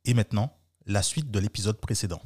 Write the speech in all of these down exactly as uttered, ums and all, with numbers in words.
Et maintenant, la suite de l'épisode précédent.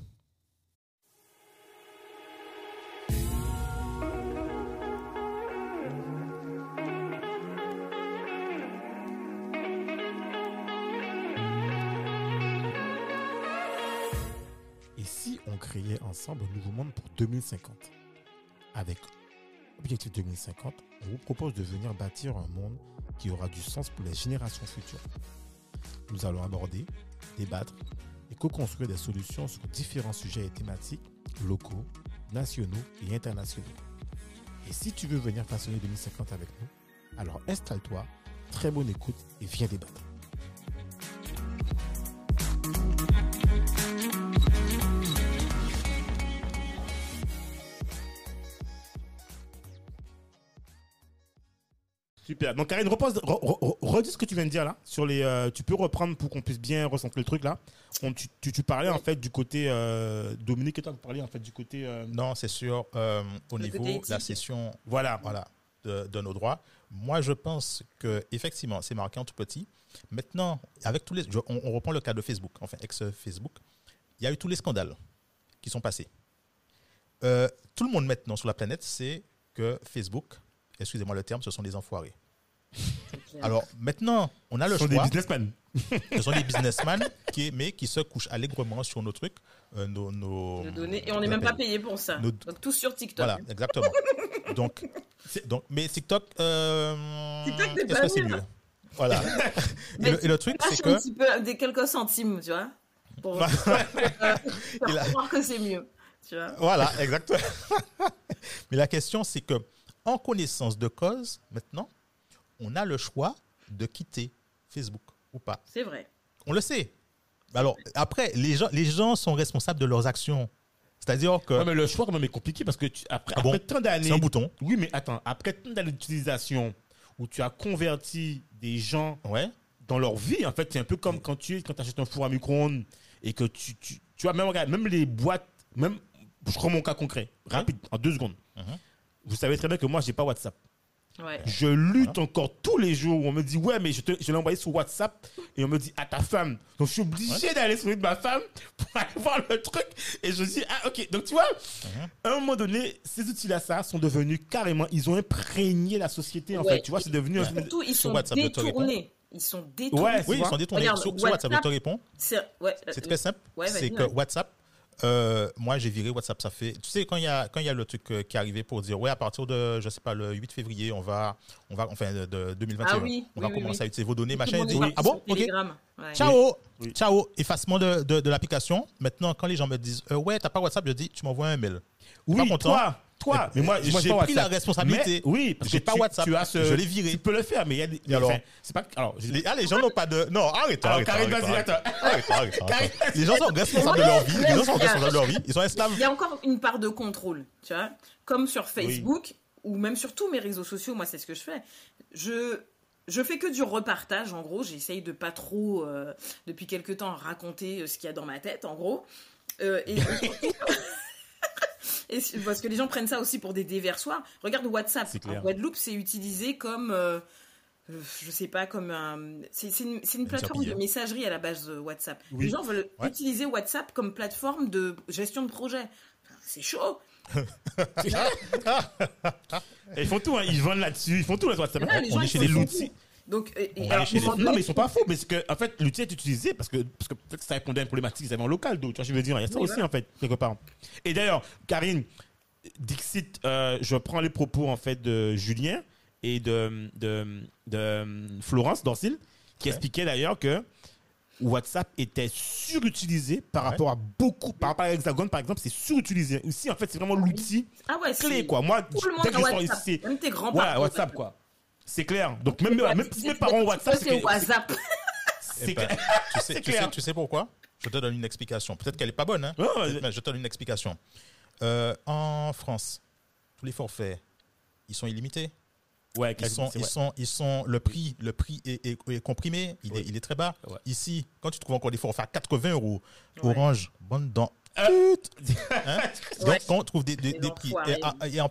Et si on créait ensemble un nouveau monde pour deux mille cinquante? Avec Objectif deux mille cinquante, on vous propose de venir bâtir un monde qui aura du sens pour les générations futures. Nous allons aborder, débattre et co-construire des solutions sur différents sujets et thématiques locaux, nationaux et internationaux. Et si tu veux venir façonner deux mille cinquante avec nous, alors installe-toi, très bonne écoute et viens débattre. Super. Donc, Karine, repose, re, re, redis ce que tu viens de dire là. Sur les, euh, tu peux reprendre pour qu'on puisse bien ressentir le truc là. On, tu, tu, tu parlais en fait du côté. Euh, Dominique et toi, vous parliez en fait du côté. Euh... Non, c'est sûr. Euh, au le niveau de la session voilà, voilà, de, de nos droits. Moi, je pense qu'effectivement, c'est marqué en tout petit. Maintenant, avec tous les. Je, on, on reprend le cas de Facebook, enfin, ex-Facebook. Il y a eu tous les scandales qui sont passés. Euh, tout le monde maintenant sur la planète sait que Facebook, excusez-moi le terme, ce sont des enfoirés. Alors maintenant, on a le choix. Ce sont choix. des businessmen. Ce sont des businessmen, qui, mais qui se couchent allègrement sur nos trucs, euh, nos, nos, nos données. Et on n'est même pas payé pour ça. Nos... Donc tous sur TikTok. Voilà, exactement. donc, donc, mais TikTok, euh, TikTok est-ce que c'est mieux? Voilà. et, le, et le truc, c'est que un petit peu des quelques centimes, tu vois, pour, euh, pour a... croire que c'est mieux. Tu vois. Voilà, exactement. Mais la question, c'est que en connaissance de cause, maintenant, on a le choix de quitter Facebook ou pas. C'est vrai. On le sait. Alors, après, les gens, les gens sont responsables de leurs actions. C'est-à-dire que... Ouais, mais le choix, quand même, est compliqué parce que tu, après, ah bon, après tant d'années... C'est un bouton. Oui, mais attends. Après tant d'années d'utilisation où tu as converti des gens ouais. dans leur vie, en fait, c'est un peu comme quand tu quand achètes un four à micro-ondes et que tu... Tu, tu vois, même, regarde, même les boîtes... Même, je prends mon cas concret, rapide, ouais. en deux secondes. Uh-huh. Vous savez très bien que moi, je n'ai pas WhatsApp. Ouais. Je lutte voilà. encore tous les jours où on me dit ouais mais je, te, je l'ai envoyé sur WhatsApp et on me dit à ta femme, donc je suis obligé ouais. d'aller sur le de ma femme pour aller voir le truc et je dis ah ok, donc tu vois uh-huh. à un moment donné ces outils là ça sont devenus carrément, ils ont imprégné la société en ouais. fait, tu vois, c'est devenu ouais. un... surtout ils sont WhatsApp, détournés ils sont détournés ouais, oui ils sont détournés. Regarde, sur, sur WhatsApp, WhatsApp je te réponds c'est, ouais, c'est très simple ouais, c'est que ouais. WhatsApp Euh, moi, j'ai viré WhatsApp. Ça fait, tu sais, quand il y a quand il y a le truc euh, qui est arrivé pour dire ouais, à partir de, je sais pas, le huit février, on va, on va, enfin, de, de deux mille vingt et un, ah oui, on oui, va oui, commencer oui. à utiliser vos données, machin. Dit, oui. Ah bon, ok. Ouais. Ciao, oui. ciao. Effacement de, de, de l'application. Maintenant, quand les gens me disent euh, ouais, t'as pas WhatsApp, je dis tu m'envoies un mail. Oui, pas toi. Toi, mais moi, j'ai, moi, j'ai pris la responsabilité. Mais, oui, parce j'ai que pas tu, WhatsApp. Tu as ce, je l'ai viré. Tu peux le faire, mais il y a des. Alors, enfin, c'est pas. Alors, je... les, ah, les gens n'ont pas de. Non, arrête. Alors, arrête, Karine, arrête, vas-y, arrête, attends. Arrête, arrête, arrête. Les gens sont responsables de leur vie. Les gens sont responsables de leur vie. Ils sont esclaves. Il y a encore une part de contrôle, tu vois, comme sur Facebook oui. ou même sur tous mes réseaux sociaux. Moi, c'est ce que je fais. Je Je fais que du repartage, en gros. J'essaye de pas trop, euh, depuis quelque temps, raconter ce qu'il y a dans ma tête, en gros. Euh, et, et parce que les gens prennent ça aussi pour des déversoirs. Regarde WhatsApp. En Guadeloupe, c'est utilisé comme, euh, je sais pas, comme un... C'est, c'est, une, c'est une plateforme de messagerie à la base de WhatsApp. Oui. Les gens veulent ouais. utiliser WhatsApp comme plateforme de gestion de projet. Enfin, c'est chaud. Ils font tout, hein. Ils vendent là-dessus. Ils font tout, là, WhatsApp. Là, on est chez les l'outil. Donc, et, et alors, ils sont, non, mais ils sont pas faux, mais c'est que, en fait, l'outil est utilisé parce que, parce que peut-être que ça répondait à une problématique qu'ils avaient en local, donc, tu vois, je veux dire, il y a ça oui, aussi, voilà. en fait, quelque part. Et d'ailleurs, Karine, Dixit, euh, je prends les propos, en fait, de Julien et de, de, de, de Florence Dorsil, qui ouais. expliquait d'ailleurs que WhatsApp était surutilisé par ouais. rapport à beaucoup, par rapport à Hexagone, par exemple, c'est surutilisé. Ici, en fait, c'est vraiment l'outil ah ouais, clé, c'est... quoi. Moi, tout le monde dès que a je WhatsApp, sors ici, même tes grands-parents. voilà, WhatsApp, quoi. C'est clair. Donc, même, même, même si mes parents ont WhatsApp, c'est, c'est WhatsApp. C'est clair. Tu sais, tu, sais, tu sais pourquoi? Je te donne une explication. Peut-être qu'elle n'est pas bonne, hein? Oh, mais je te donne une explication. Euh, en France, tous les forfaits, ils sont illimités. Ouais, ils sont, ils sont, ils sont. Le prix, le prix est, est, est comprimé. Il, oui. est, il est très bas. Ouais. Ici, quand tu trouves encore des forfaits à quatre-vingts euros, ouais. Orange, bonne dent. Euh... hein? Donc, ouais. quand on trouve des, des, des prix et, et en plus.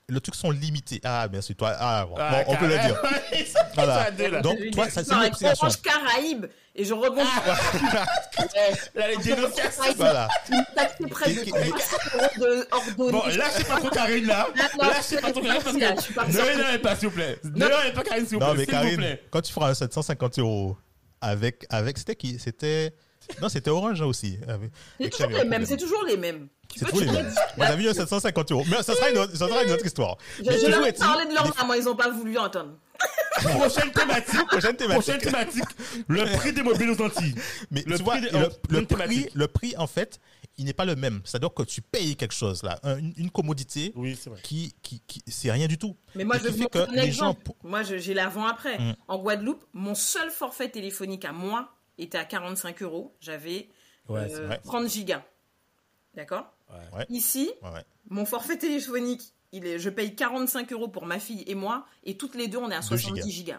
le truc sont limités. Ah, merci, toi. Ah, bon, Ah, bon, on peut le dire. Voilà. Donc, toi, ça, c'est une obligation. Orange Caraïbes et je rebondis. Ah. Là, les dénonciations. Voilà. Une taxe près de de ordonnée. Bon, là, c'est pas trop Karine, là. Là, c'est pas trop Karine parce que. Ne l'énervez pas, s'il vous plaît. Ne l'énervez pas, Karine, s'il vous plaît. Non, mais s'il vous Karine, plaît. quand tu feras un sept cent cinquante euros avec, avec, c'était qui? C'était, non, c'était Orange aussi. Avec, c'est toujours les mêmes, c'est toujours les mêmes. C'est toujours les mêmes. Moi, j'avais eu un sept cent cinquante euros. Mais ça sera une autre, ça sera une autre histoire. Je, je leur ai parlé de leur maman, ils n'ont pas voulu entendre. Prochaine thématique. Prochaine thématique. Prochaine thématique. Le prix des mobiles aux Antilles. Mais le tu vois, prix, le, le, prix, le prix, en fait, il n'est pas le même. C'est-à-dire que tu payes quelque chose, là. Une, une commodité oui, c'est vrai. qui, qui, qui, c'est rien du tout. Mais moi, et je fais que les gens. Moi, je, j'ai l'avant-après. Mm. En Guadeloupe, mon seul forfait téléphonique à moi était à quarante-cinq euros. J'avais ouais, euh, trente gigas. D'accord? Ouais. Ici, ouais, ouais. mon forfait téléphonique, il est, je paye quarante-cinq euros pour ma fille et moi, et toutes les deux, on est à soixante-dix gigas.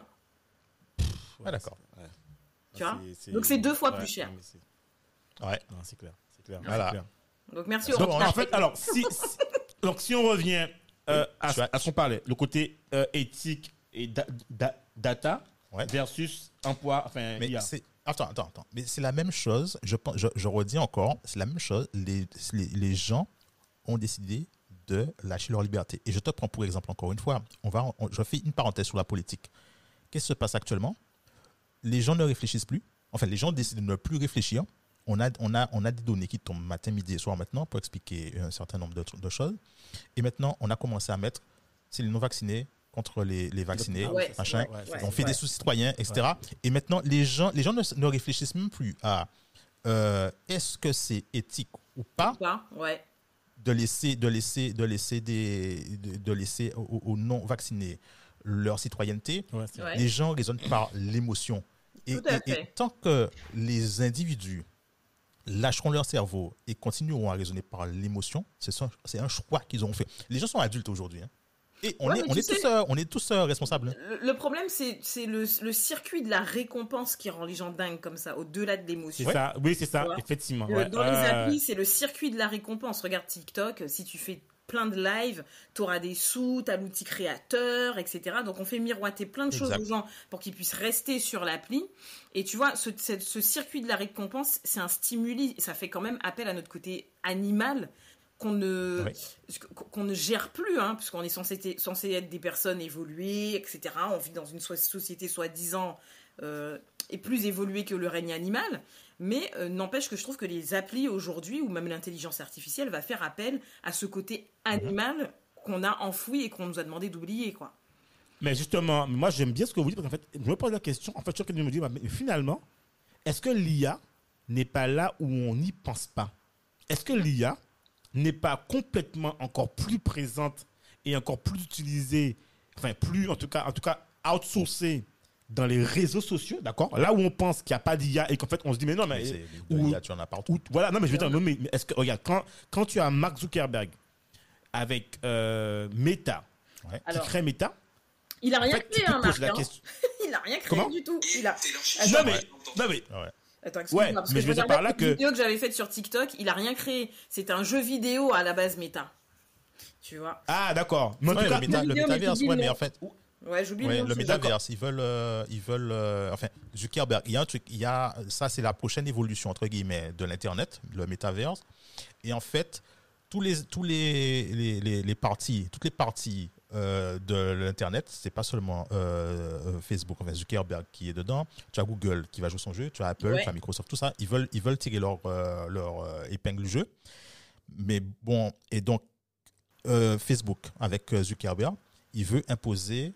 Ah, d'accord. Ouais. Tu vois c'est, c'est... Donc, c'est deux fois ouais, plus cher. Non, ouais, non, c'est clair. C'est clair. Voilà. C'est clair. Donc, merci donc, en fait, alors, si, si, donc, si on revient euh, à, à ce qu'on parlait, le côté euh, éthique et da, da, data ouais. versus emploi, enfin, mais I A. C'est... Attends, attends, attends. Mais c'est la même chose, je, pense, je, je redis encore, c'est la même chose. Les, les, les gens ont décidé de lâcher leur liberté. Et je te prends pour exemple encore une fois. On va, on, je fais une parenthèse sur la politique. Qu'est-ce qui se passe actuellement? Les gens ne réfléchissent plus. Enfin, les gens décident de ne plus réfléchir. On a, on a, on a des données qui tombent matin, midi et soir maintenant pour expliquer un certain nombre de, de choses. Et maintenant, on a commencé à mettre, c'est les non-vaccinés contre les, les vaccinés, ouais, machin. Ouais, ouais, on fait ouais. des sous-citoyens, et cetera. Ouais. Et maintenant, les gens, les gens ne, ne réfléchissent même plus à euh, est-ce que c'est éthique ou pas ouais. de laisser, de laisser, de laisser, des, de, de laisser aux, aux non-vaccinés leur citoyenneté. Ouais, les gens raisonnent par l'émotion. Et, et, et tant que les individus lâcheront leur cerveau et continueront à raisonner par l'émotion, c'est, ça, c'est un choix qu'ils ont fait. Les gens sont adultes aujourd'hui, hein. Et on, ouais, est, on, est sais, tous, euh, on est tous euh, responsables. Le, le problème, c'est, c'est le, le circuit de la récompense qui rend les gens dingues comme ça, au-delà de l'émotion. C'est ouais. ça, oui, c'est ça, effectivement. Le, ouais. Dans euh... les applis, c'est le circuit de la récompense. Regarde TikTok, si tu fais plein de lives, tu auras des sous, tu as l'outil créateur, et cetera. Donc, on fait miroiter plein de choses exact. Aux gens pour qu'ils puissent rester sur l'appli. Et tu vois, ce, ce, ce circuit de la récompense, c'est un stimuli. Ça fait quand même appel à notre côté animal. Qu'on ne, oui. qu'on ne gère plus, hein, puisqu'on est censé, censé être des personnes évoluées, et cetera. On vit dans une société soi-disant euh, et plus évoluée que le règne animal. Mais euh, n'empêche que je trouve que les applis aujourd'hui, ou même l'intelligence artificielle, va faire appel à ce côté animal mmh. qu'on a enfoui et qu'on nous a demandé d'oublier, quoi. Mais justement, moi j'aime bien ce que vous dites, parce qu'en fait, je me pose la question, en fait, je suis en train de me dire, mais finalement, est-ce que l'I A n'est pas là où on n'y pense pas? Est-ce que l'I A n'est pas complètement encore plus présente et encore plus utilisée, enfin plus en tout cas, en tout cas outsourcée dans les réseaux sociaux, d'accord? Là où on pense qu'il n'y a pas d'I A et qu'en fait on se dit mais non mais, mais c'est, où, l'I A, tu en as partout. Où, voilà, non mais je veux dire, non, mais, mais est-ce que regarde quand quand tu as Mark Zuckerberg avec euh, Meta ouais. qui Alors, crée Meta, il a rien en fait, créé, hein, Mark. Hein. Question... il a rien créé Comment? Du tout. Il a. Non mais, non mais. Ouais. Attends, excuse-moi, ouais, parce mais que je veux dire par là que... La vidéo que j'avais faite sur TikTok, il a rien créé. C'était un jeu vidéo à la base méta. Tu vois. Ah, d'accord. Mais en ouais, tout cas, le, méta, le métaverse, ouais, mais en fait... Ouais, j'oublie ouais, le, le métaverse, ils veulent... Euh, ils veulent euh, enfin, Zuckerberg, il y a un truc, il y a... Ça, c'est la prochaine évolution, entre guillemets, de l'Internet, le métaverse. Et en fait, tous les, tous les, les, les, les parties, toutes les parties... Euh, de l'Internet, c'est pas seulement euh, Facebook, enfin Zuckerberg qui est dedans, tu as Google qui va jouer son jeu, tu as Apple, ouais. tu as Microsoft, tout ça, ils veulent, ils veulent tirer leur, euh, leur euh, épingle du jeu. Mais bon, et donc euh, Facebook avec Zuckerberg, il veut imposer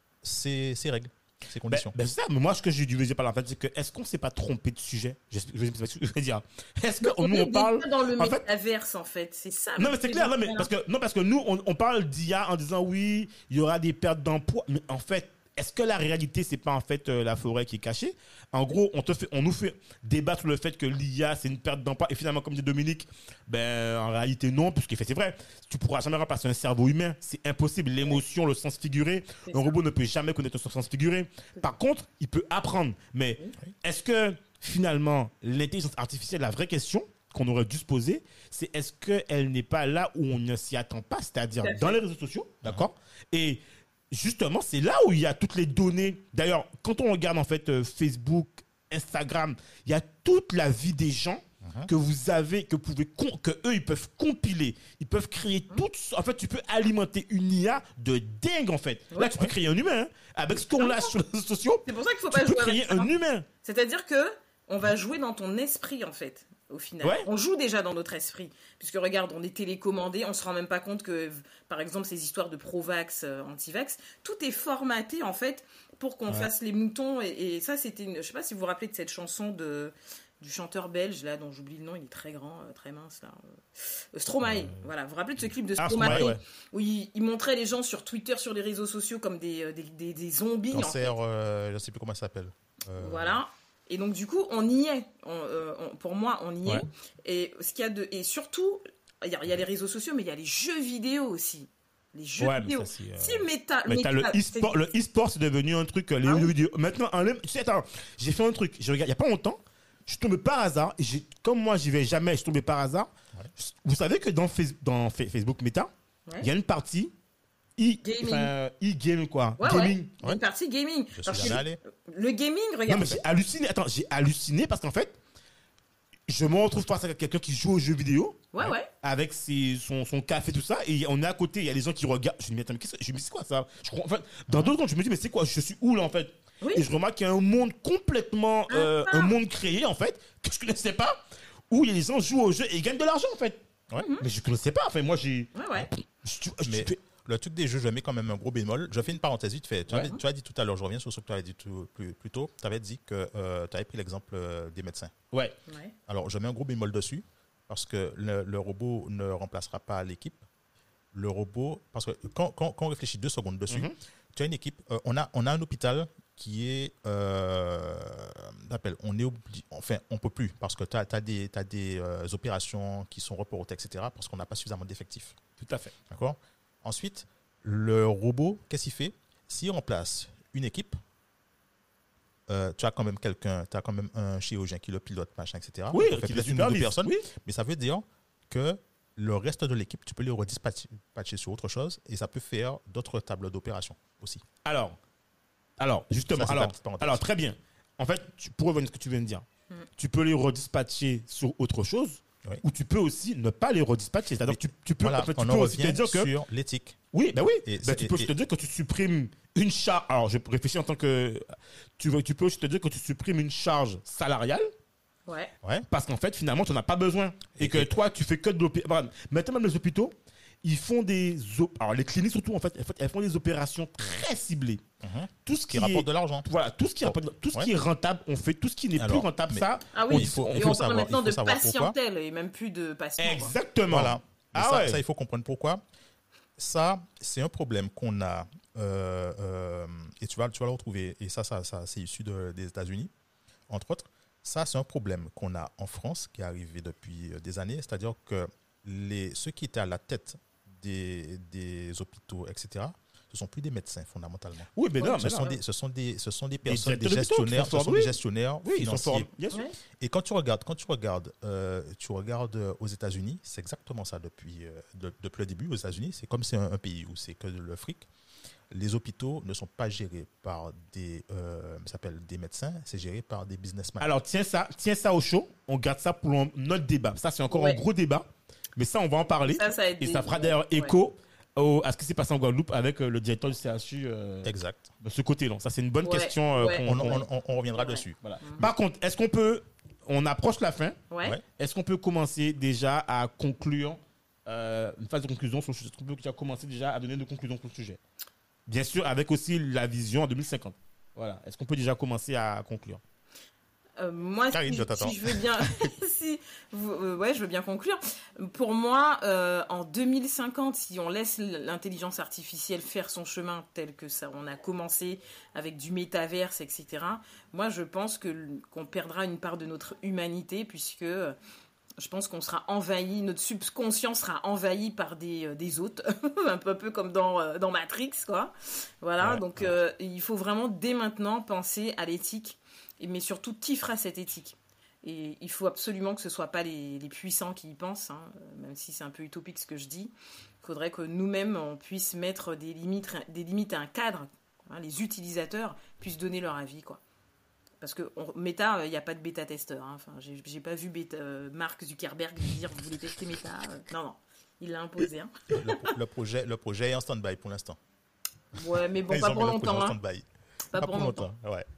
ses, ses règles, ses conditions. Ben, ben c'est ça, mais moi ce que je veux dire par là, en fait, c'est que est-ce qu'on ne s'est pas trompé de sujet? Je, je, je, je, je veux dire, est-ce que on, nous on parle dans le en métaverse en fait, c'est ça. Non mais c'est clair, non mais parce que non parce que nous on, on parle d'I A en disant oui, il y aura des pertes d'emploi, mais en fait, est-ce que la réalité c'est pas en fait euh, la forêt qui est cachée? En gros, on te fait, on nous fait débattre sur le fait que l'I A c'est une perte d'emploi et finalement comme dit Dominique, ben en réalité non, puisque c'est vrai, tu pourras jamais remplacer un cerveau humain, c'est impossible. L'émotion, le sens figuré, c'est un ça. Robot ne peut jamais connaître son sens figuré. Par contre, il peut apprendre. Mais est-ce que finalement l'intelligence artificielle, la vraie question, qu'on aurait dû se poser, c'est est-ce qu'elle n'est pas là où on ne s'y attend pas, c'est-à-dire dans les réseaux sociaux, d'accord ? Et justement, c'est là où il y a toutes les données. D'ailleurs, quand on regarde en fait euh, Facebook, Instagram, il y a toute la vie des gens uh-huh. que vous avez, que vous pouvez, con- que eux ils peuvent compiler, ils peuvent créer uh-huh. tout. En fait, tu peux alimenter une I A de dingue en fait. Ouais, là, tu ouais. peux créer un humain hein, avec ce qu'on a sur les réseaux sociaux. C'est pour ça qu'il faut tu pas peux jouer créer avec un ça. humain. C'est-à-dire que on va jouer dans ton esprit en fait. Au final, ouais. on joue déjà dans notre esprit, puisque regarde, on est télécommandé, on se rend même pas compte que, par exemple, ces histoires de pro-vax, euh, anti-vax, tout est formaté en fait pour qu'on ouais. fasse les moutons. Et, et ça, c'était, une, je sais pas si vous vous rappelez de cette chanson de du chanteur belge là, dont j'oublie le nom, il est très grand, euh, très mince là, euh, Stromae. Euh... Voilà, vous vous rappelez de ce clip de Stromae, ah, Stromae ouais. où il, il montrait les gens sur Twitter, sur les réseaux sociaux comme des des, des, des zombies. Cancer, en fait. euh, je sais plus comment ça s'appelle. Euh... Voilà. Et donc du coup, on y est. On, euh, on, pour moi, on y ouais. est. Et ce qu'il y a de, et surtout, il y, y a les réseaux sociaux, mais il y a les jeux vidéo aussi. Les jeux ouais, vidéo. Ça, euh... Si méta, mais méta, le e-sport, le e-sport, c'est devenu un truc. Les ah jeux oui. vidéo. Maintenant, un, tu sais, attends, j'ai fait un truc. Je regarde, il y a pas longtemps, je suis tombé par hasard. Et j'ai, comme moi, j'y vais jamais. Je suis tombé par hasard. Ouais. Vous savez que dans, face, dans Facebook Meta, il ouais. y a une partie. E-gaming, quoi. Ouais, gaming. Ouais. Ouais. Une partie gaming. Je suis jamais allé. Le gaming, regarde. Non, mais j'ai halluciné. Attends, j'ai halluciné parce qu'en fait, je me retrouve face à quelqu'un qui joue aux jeux vidéo. Ouais, ouais. Avec ses, son, son café, tout ça. Et on est à côté, il y a des gens qui regardent. Je me dis, mais attends, mais qu'est-ce que je me dis, c'est quoi ça je crois, en fait, dans deux secondes, je me dis, mais c'est quoi je suis où là, en fait oui. Et je remarque qu'il y a un monde complètement. Ah, euh, ah. Un monde créé, en fait, que je ne connaissais pas, où les gens jouent au jeu et ils gagnent de l'argent, en fait. Ouais. Mm-hmm. Mais je ne connaissais pas. Enfin, moi, j'ai. Ouais, ouais. Je, je, mais... je, Le truc des jeux, je mets quand même un gros bémol. Je fais une parenthèse vite fait. Tu, ouais. avais, tu as dit tout à l'heure, je reviens sur ce que tu avais dit tout, plus, plus tôt. Tu avais dit que euh, tu avais pris l'exemple euh, des médecins. Ouais. ouais. Alors, je mets un gros bémol dessus parce que le, le robot ne remplacera pas l'équipe. Le robot, parce que quand, quand, quand on réfléchit deux secondes dessus, mm-hmm. tu as une équipe, euh, on, a, on a un hôpital qui est, euh, d'appel, on est obligé, enfin, on ne peut plus parce que tu as, as des, t'as des euh, opérations qui sont reportées, et cetera parce qu'on n'a pas suffisamment d'effectifs. Tout à fait. D'accord ? Ensuite, le robot, qu'est-ce qu'il fait ? S'il remplace une équipe, euh, tu as quand même quelqu'un, tu as quand même un chirurgien qui le pilote, machin, et cetera. Oui, qui fait une ou deux personnes, oui. Mais ça veut dire que le reste de l'équipe, tu peux les redispatcher sur autre chose et ça peut faire d'autres tables d'opération aussi. Alors, alors justement, ça, alors, alors, très bien. En fait, tu, pour revenir à ce que tu viens de dire, mm. tu peux les redispatcher sur autre chose. Oui. Ou tu peux aussi ne pas les redispatcher. C'est-à-dire que tu, tu peux, voilà, en fait, on tu en peux aussi te dire que sur l'éthique. Oui, ben oui. Et ben tu peux aussi te dire que tu supprimes une charge. Alors, je réfléchis en tant que. Tu, veux, tu peux aussi te dire que tu supprimes une charge salariale. Ouais. ouais. Parce qu'en fait, finalement, tu n'en as pas besoin. Et, et que et... toi, tu fais que de l'opération. Maintenant, même les hôpitaux, ils font des. Op... Alors, les cliniques, surtout, en fait, elles font des opérations très ciblées. Mm-hmm. Tout ce qui, qui rapporte est... de l'argent. Voilà, tout ce qui, oh. rapporte... tout ce ouais. qui est rentable, on fait. Tout ce qui n'est Alors, plus rentable, mais... ça. Ah oui, il faut, il faut, on parle maintenant de patientèle pourquoi. Et même plus de patients. Exactement. Voilà. Ah ça, ouais. ça, il faut comprendre pourquoi. Ça, c'est un problème qu'on a. Euh, euh, et tu vas, tu vas le retrouver. Et ça, ça, ça c'est issu de, des États-Unis, entre autres. Ça, c'est un problème qu'on a en France qui est arrivé depuis des années. C'est-à-dire que les, ceux qui étaient à la tête des, des hôpitaux, et cetera, ce ne sont plus des médecins fondamentalement. Oui, mais non, ce, mais sont non, des, non. ce, sont des, ce sont des personnes, des gestionnaires, ce sont des gestionnaires oui, financiers. Ils sont bien sûr. Et quand tu regardes, quand tu regardes, euh, tu regardes aux États-Unis, c'est exactement ça depuis, euh, de, depuis le début. Aux États-Unis, c'est comme c'est un, un pays où c'est que le fric. Les hôpitaux ne sont pas gérés par des, euh, ça s'appelle des médecins, c'est géré par des businessmen. Alors tiens ça, tiens ça au chaud. On garde ça pour notre débat. Ça c'est encore ouais. un gros débat, mais ça on va en parler. Ça, ça et ça fera d'ailleurs ouais. écho au, à ce qui s'est passé en Guadeloupe avec euh, le directeur du C H U. Euh, exact. De ce côté-là. Ça c'est une bonne ouais. question. Euh, ouais. qu'on, on, on, on, on reviendra ouais. dessus. Voilà. Mm-hmm. Par contre, est-ce qu'on peut, on approche la fin. Ouais. Est-ce qu'on peut commencer déjà à conclure euh, une phase de conclusion sur le sujet? Est-ce qu'on peut déjà commencer déjà à donner une conclusion sur le sujet? Bien sûr, avec aussi la vision en deux mille cinquante. Voilà. Est-ce qu'on peut déjà commencer à conclure? euh, Moi, Karine, si, je t'attends. si je veux bien, si, euh, ouais, je veux bien conclure. Pour moi, euh, en deux mille cinquante, si on laisse l'intelligence artificielle faire son chemin tel que ça, on a commencé avec du métaverse, et cetera. Moi, je pense que qu'on perdra une part de notre humanité puisque je pense qu'on sera envahi, notre subconscient sera envahi par des, euh, des hôtes, un peu, un peu comme dans, euh, dans Matrix, quoi. Voilà, ouais, donc ouais. Euh, il faut vraiment dès maintenant penser à l'éthique, mais surtout qui fera cette éthique. Et il faut absolument que ce ne soit pas les, les puissants qui y pensent, hein, même si c'est un peu utopique ce que je dis. Il faudrait que nous-mêmes, on puisse mettre des limites, des limites à un cadre. Hein, les utilisateurs puissent donner leur avis, quoi. Parce que on, Meta, il n'y a pas de bêta-testeur. Hein. Enfin, j'ai, j'ai pas vu bêta, euh, Mark Zuckerberg dire « vous voulez tester Meta euh, ?» Non, non, il l'a imposé. Hein. Le, le, projet, le projet est en stand-by pour l'instant. Ouais, mais bon, pas pour longtemps. Hein. Pas, pas pour longtemps. longtemps. Ouais.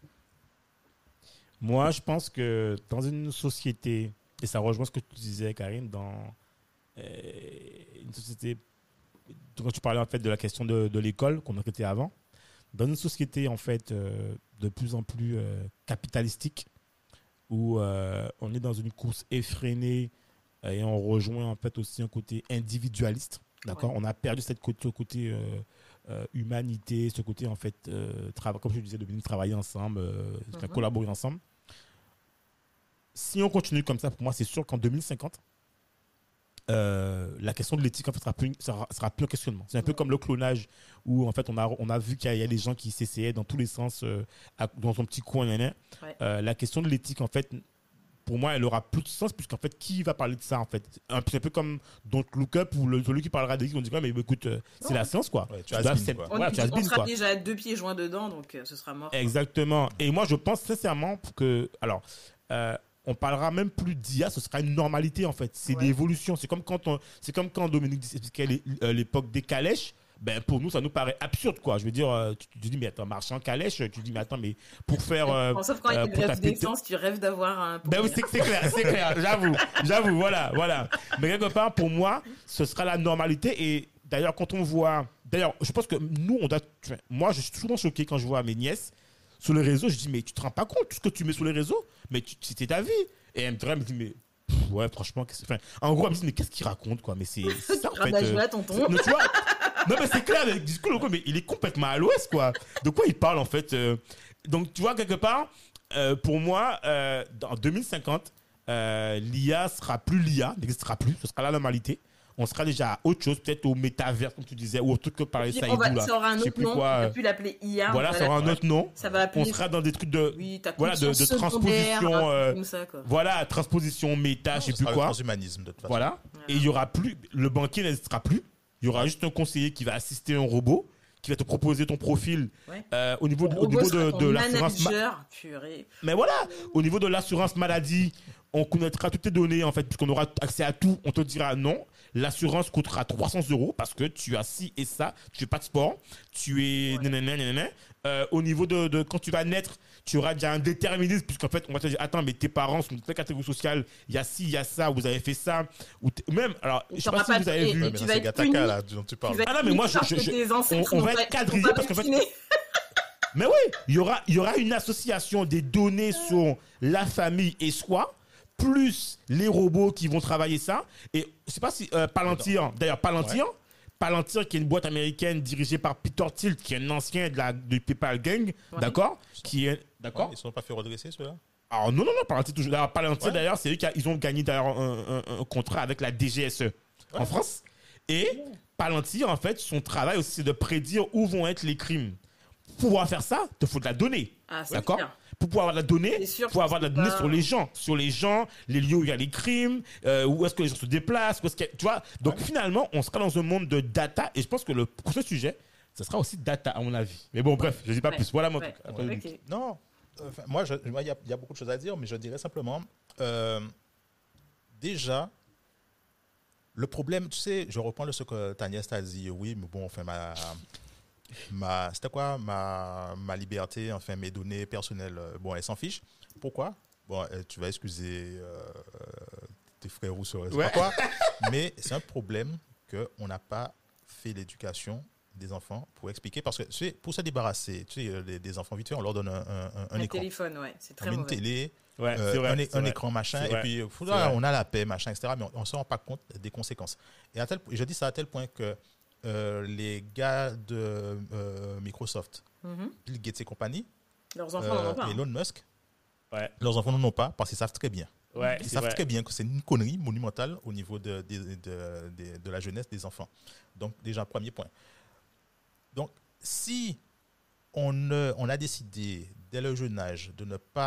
Moi, je pense que dans une société, et ça rejoint ce que tu disais, Karine, dans euh, une société, quand tu parlais en fait de la question de, de l'école qu'on a traité avant, dans une société en fait euh, de plus en plus euh, capitalistique, où euh, on est dans une course effrénée euh, et on rejoint en fait aussi un côté individualiste, d'accord. Ouais. On a perdu cette côté, côté euh, euh, humanité, ce côté en fait, euh, tra- comme je disais, de venir travailler ensemble, euh, mm-hmm. collaborer ensemble. Si on continue comme ça, pour moi, c'est sûr qu'en deux mille cinquante, euh, la question de l'éthique en fait, sera, plus, sera, sera plus un questionnement. C'est un peu comme le clonage, où en fait, on a, on a vu qu'il y a des gens qui s'essayaient dans tous les sens, euh, à, dans son petit coin. Ouais. Euh, la question de l'éthique, en fait, pour moi, elle aura plus de sens, puisqu'en fait, qui va parler de ça, en fait? C'est un peu comme Don't Look Up, où le, celui qui parlera d'éthique, on dit, ouais, mais écoute, euh, c'est non. la science, quoi. Ouais, tu, tu dois accepter. On, ouais, tu on sera quoi. déjà à deux pieds joints dedans, donc euh, ce sera mort. Exactement. Quoi. Et moi, je pense sincèrement que, alors, euh, on parlera même plus d'I A, ce sera une normalité en fait. C'est ouais. l'évolution. C'est comme quand on, c'est comme quand Dominique expliquait l'époque des calèches. Ben pour nous, ça nous paraît absurde quoi. Je veux dire, tu te dis mais attends, marcher en calèche, tu te dis mais attends mais pour faire. Euh, Sauf quand euh, il y a une d'essence, tu rêves d'avoir un. Ben oui, c'est, c'est clair, c'est clair. J'avoue, j'avoue, voilà, voilà. Mais quelque part, pour moi, ce sera la normalité. Et d'ailleurs, quand on voit, d'ailleurs, je pense que nous, on doit. Moi, je suis souvent choqué quand je vois mes nièces. Sur les réseaux, je dis, mais tu te rends pas compte de ce que tu mets sur les réseaux? Mais tu, c'était ta vie. Et elle me dit, mais pff, ouais, franchement, enfin, en gros, elle me dit, mais qu'est-ce qu'il raconte, quoi? Mais c'est, c'est ça, en fait. Euh, là, tonton. Mais, tu vois, non, mais c'est clair, le discours, mais il est complètement à l'ouest, quoi. De quoi il parle, en fait? euh, Donc, tu vois, quelque part, euh, pour moi, euh, en deux mille cinquante, euh, l'I A sera plus l'I A, n'existera plus, ce sera la normalité. On sera déjà à autre chose, peut-être au métavers, comme tu disais, ou au truc que parlait Saïdou, là. Ça aura un autre nom, quoi, on ne peut plus l'appeler I A. Voilà, ça aura un autre nom. Ça va on sera dans des trucs de, oui, voilà, de, de transposition, euh, comme ça, quoi. Voilà, transposition méta, je ne sais plus quoi. Transhumanisme, de toute façon. Voilà. voilà. Et il y aura plus, le banquier n'existera plus. Il y aura juste un conseiller qui va assister un robot, qui va te proposer ton profil ouais. euh, au niveau, de, au niveau de, de l'assurance. Ma- Mais voilà, au niveau de l'assurance maladie, on connaîtra toutes tes données, en fait, puisqu'on aura accès à tout. On te dira non. L'assurance coûtera trois cents euros parce que tu as ci et ça, tu fais pas de sport, tu es ouais. nanana, nanana. Euh, au niveau de, de quand tu vas naître, tu auras déjà un déterminisme puisqu'en fait on va te dire attends mais tes parents sont de telle catégorie sociale, il y a ci, il y a ça, vous avez fait ça ou même alors je sais pas si vous avez vu. Ouais, mais c'est Gataka là dont tu parles. Ah non mais moi je, je, je on, on va être quadrillé parce qu'en fait. Mais oui, il y aura il y aura une association des données sur la famille et soi. Plus les robots qui vont travailler ça. Et je ne sais pas si euh, Palantir, d'ailleurs Palantir, ouais. Palantir qui est une boîte américaine dirigée par Peter Thiel, qui est un ancien de la du PayPal Gang, ouais. d'accord, qui est d'accord. Ouais, ils ne sont pas fait redresser ceux-là. Alors non non non, Palantir toujours. D'ailleurs, Palantir ouais. d'ailleurs, c'est eux qui a, ils ont gagné d'ailleurs un, un, un contrat avec la D G S E ouais. en France. Et ouais. Palantir en fait, son travail aussi c'est de prédire où vont être les crimes. Pour pouvoir faire ça, il te faut de la donnée, ah, d'accord. Clair. Pour pouvoir avoir de la donnée, pour avoir de la donnée pas... sur les gens, sur les gens, les lieux où il y a les crimes, euh, où est-ce que les gens se déplacent, où est-ce qu'il y a, tu vois. Donc ouais. finalement, on sera dans un monde de data, et je pense que le prochain sujet, ce sera aussi data à mon avis. Mais bon, bref, je ne dis pas ouais. plus. Voilà mon ouais. truc. Ouais. Okay. Non, enfin, moi, il y, y a beaucoup de choses à dire, mais je dirais simplement, euh, déjà, le problème, tu sais, je reprends le ce que ta nièce t'a dit. Oui, mais bon, enfin ma Ma, c'était quoi ma, ma liberté, enfin mes données personnelles, bon, elle s'en fiche. Pourquoi? Bon, tu vas excuser euh, tes frères ou sœurs, ouais. quoi. Mais c'est un problème qu'on n'a pas fait l'éducation des enfants pour expliquer, parce que tu sais, pour se débarrasser, tu sais, des, des enfants vite fait, on leur donne un, un, un, un écran. téléphone, ouais, c'est très on met mauvais. Une télé, ouais, euh, vrai, un, un vrai. écran machin, c'est et vrai. puis là, on a la paix machin, et cetera. Mais on ne se rend pas compte des conséquences. Et à tel, je dis ça à tel point que Euh, les gars de euh, Microsoft, mm-hmm. Bill Gates et compagnie, leurs enfants euh, n'en ont pas. Elon Musk, ouais. leurs enfants n'en ont pas parce qu'ils savent très bien. Ouais, ils savent vrai. très bien que c'est une connerie monumentale au niveau de, de, de, de, de la jeunesse des enfants. Donc, déjà, premier point. Donc, si on, euh, on a décidé, dès le jeune âge, de ne pas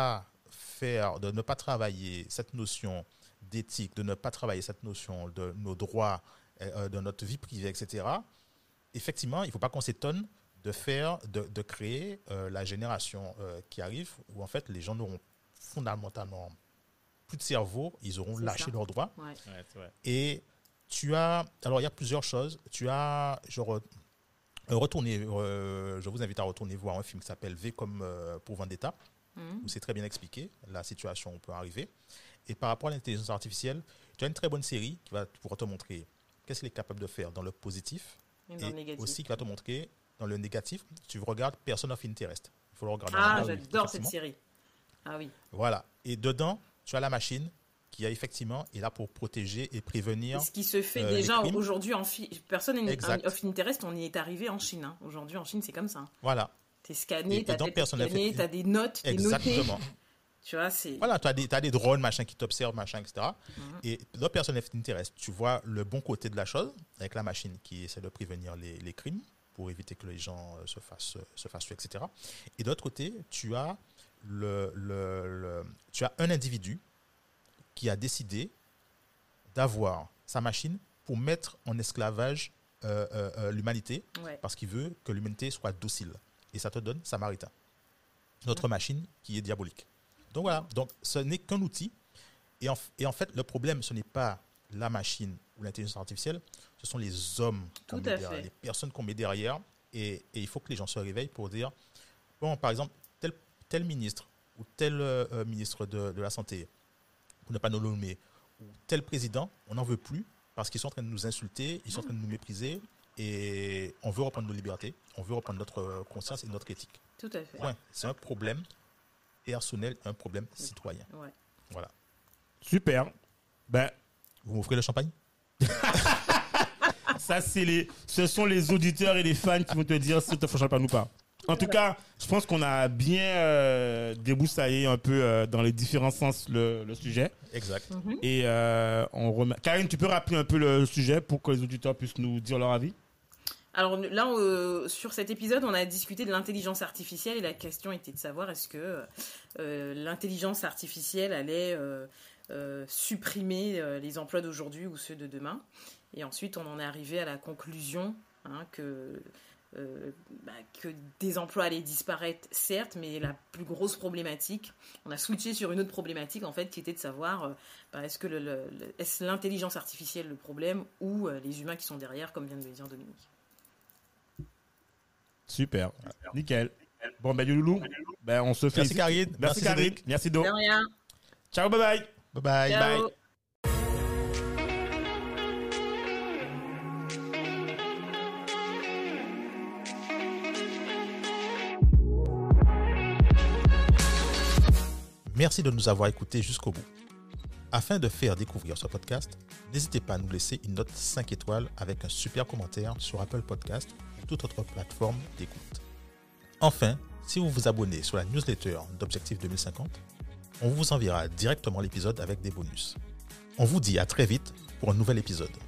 faire, de ne pas travailler cette notion d'éthique, de ne pas travailler cette notion de nos droits, euh, de notre vie privée, et cetera, effectivement, il ne faut pas qu'on s'étonne de faire, de, de créer euh, la génération euh, qui arrive où en fait les gens n'auront fondamentalement plus de cerveau, ils auront c'est lâché ça. Leurs droits. Ouais. Ouais, c'est vrai. Et tu as, alors il y a plusieurs choses. Tu as, je re, retourner, euh, je vous invite à retourner voir un film qui s'appelle V comme euh, pour Vendetta, mmh. où c'est très bien expliqué la situation où on peut arriver. Et par rapport à l'intelligence artificielle, tu as une très bonne série qui va pouvoir te montrer qu'est-ce qu'il est capable de faire dans le positif et, et aussi qui va te montrer dans le négatif. Tu regardes Person of Interest. Il faut le regarder. Ah, j'adore cette série. Ah oui. Voilà. Et dedans, tu as la machine qui a effectivement est là pour protéger et prévenir. Et ce qui se fait euh, déjà aujourd'hui en fi- Person of Interest, on y est arrivé en Chine. Hein. Aujourd'hui en Chine, c'est comme ça. Voilà. Tu es scanné, tu as des notes, tu es noté. Exactement. Tu vois, c'est... Voilà, tu as des, t'as des drones, machin, qui t'observent, machin, et cetera. Mm-hmm. Et dans Person of Interest, tu vois le bon côté de la chose, avec la machine qui essaie de prévenir les, les crimes, pour éviter que les gens se fassent, se fassent tuer, et cetera. Et d'autre côté, tu as, le, le, le, tu as un individu qui a décidé d'avoir sa machine pour mettre en esclavage euh, euh, l'humanité, ouais. parce qu'il veut que l'humanité soit docile. Et ça te donne Samaritain, notre ouais. machine qui est diabolique. Donc voilà, donc ce n'est qu'un outil. Et en, et en fait, le problème, ce n'est pas la machine ou l'intelligence artificielle, ce sont les hommes, qu'on met derrière, les personnes qu'on met derrière. Et, et il faut que les gens se réveillent pour dire, bon, par exemple, tel, tel ministre ou tel euh, ministre de, de la Santé, pour ne pas nous le nommer, ou tel président, on n'en veut plus parce qu'ils sont en train de nous insulter, ils sont en train de nous mépriser et on veut reprendre nos libertés, on veut reprendre notre conscience et notre éthique. Tout à fait. Ouais, c'est un problème personnel, un problème citoyen. Ouais. Voilà. Super. Ben, vous m'offrez le champagne? Ça, c'est les, ce sont les auditeurs et les fans qui vont te dire si tu te fais champagne ou pas. En tout cas, je pense qu'on a bien euh, déboussaillé un peu euh, dans les différents sens le, le sujet. Exact. Mm-hmm. Et euh, on remet... Karine, tu peux rappeler un peu le sujet pour que les auditeurs puissent nous dire leur avis? Alors là, euh, sur cet épisode, on a discuté de l'intelligence artificielle et la question était de savoir est-ce que euh, l'intelligence artificielle allait euh, euh, supprimer euh, les emplois d'aujourd'hui ou ceux de demain. Et ensuite, on en est arrivé à la conclusion hein, que, euh, bah, que des emplois allaient disparaître, certes, mais la plus grosse problématique, on a switché sur une autre problématique en fait, qui était de savoir euh, bah, est-ce que le, le, le, est-ce l'intelligence artificielle le problème ou euh, les humains qui sont derrière, comme vient de le dire Dominique. Super, Super. Nickel. Bon, ben, Loulou, ben, on se fait. Merci, Karine. Merci, Merci Karine. Cédric. Merci, Do. De rien. Ciao, bye bye. Bye bye. Ciao. Bye. Merci de nous avoir écoutés jusqu'au bout. Afin de faire découvrir ce podcast, n'hésitez pas à nous laisser une note cinq étoiles avec un super commentaire sur Apple Podcast ou toute autre plateforme d'écoute. Enfin, si vous vous abonnez sur la newsletter d'Objectif deux mille cinquante, on vous enverra directement l'épisode avec des bonus. On vous dit à très vite pour un nouvel épisode.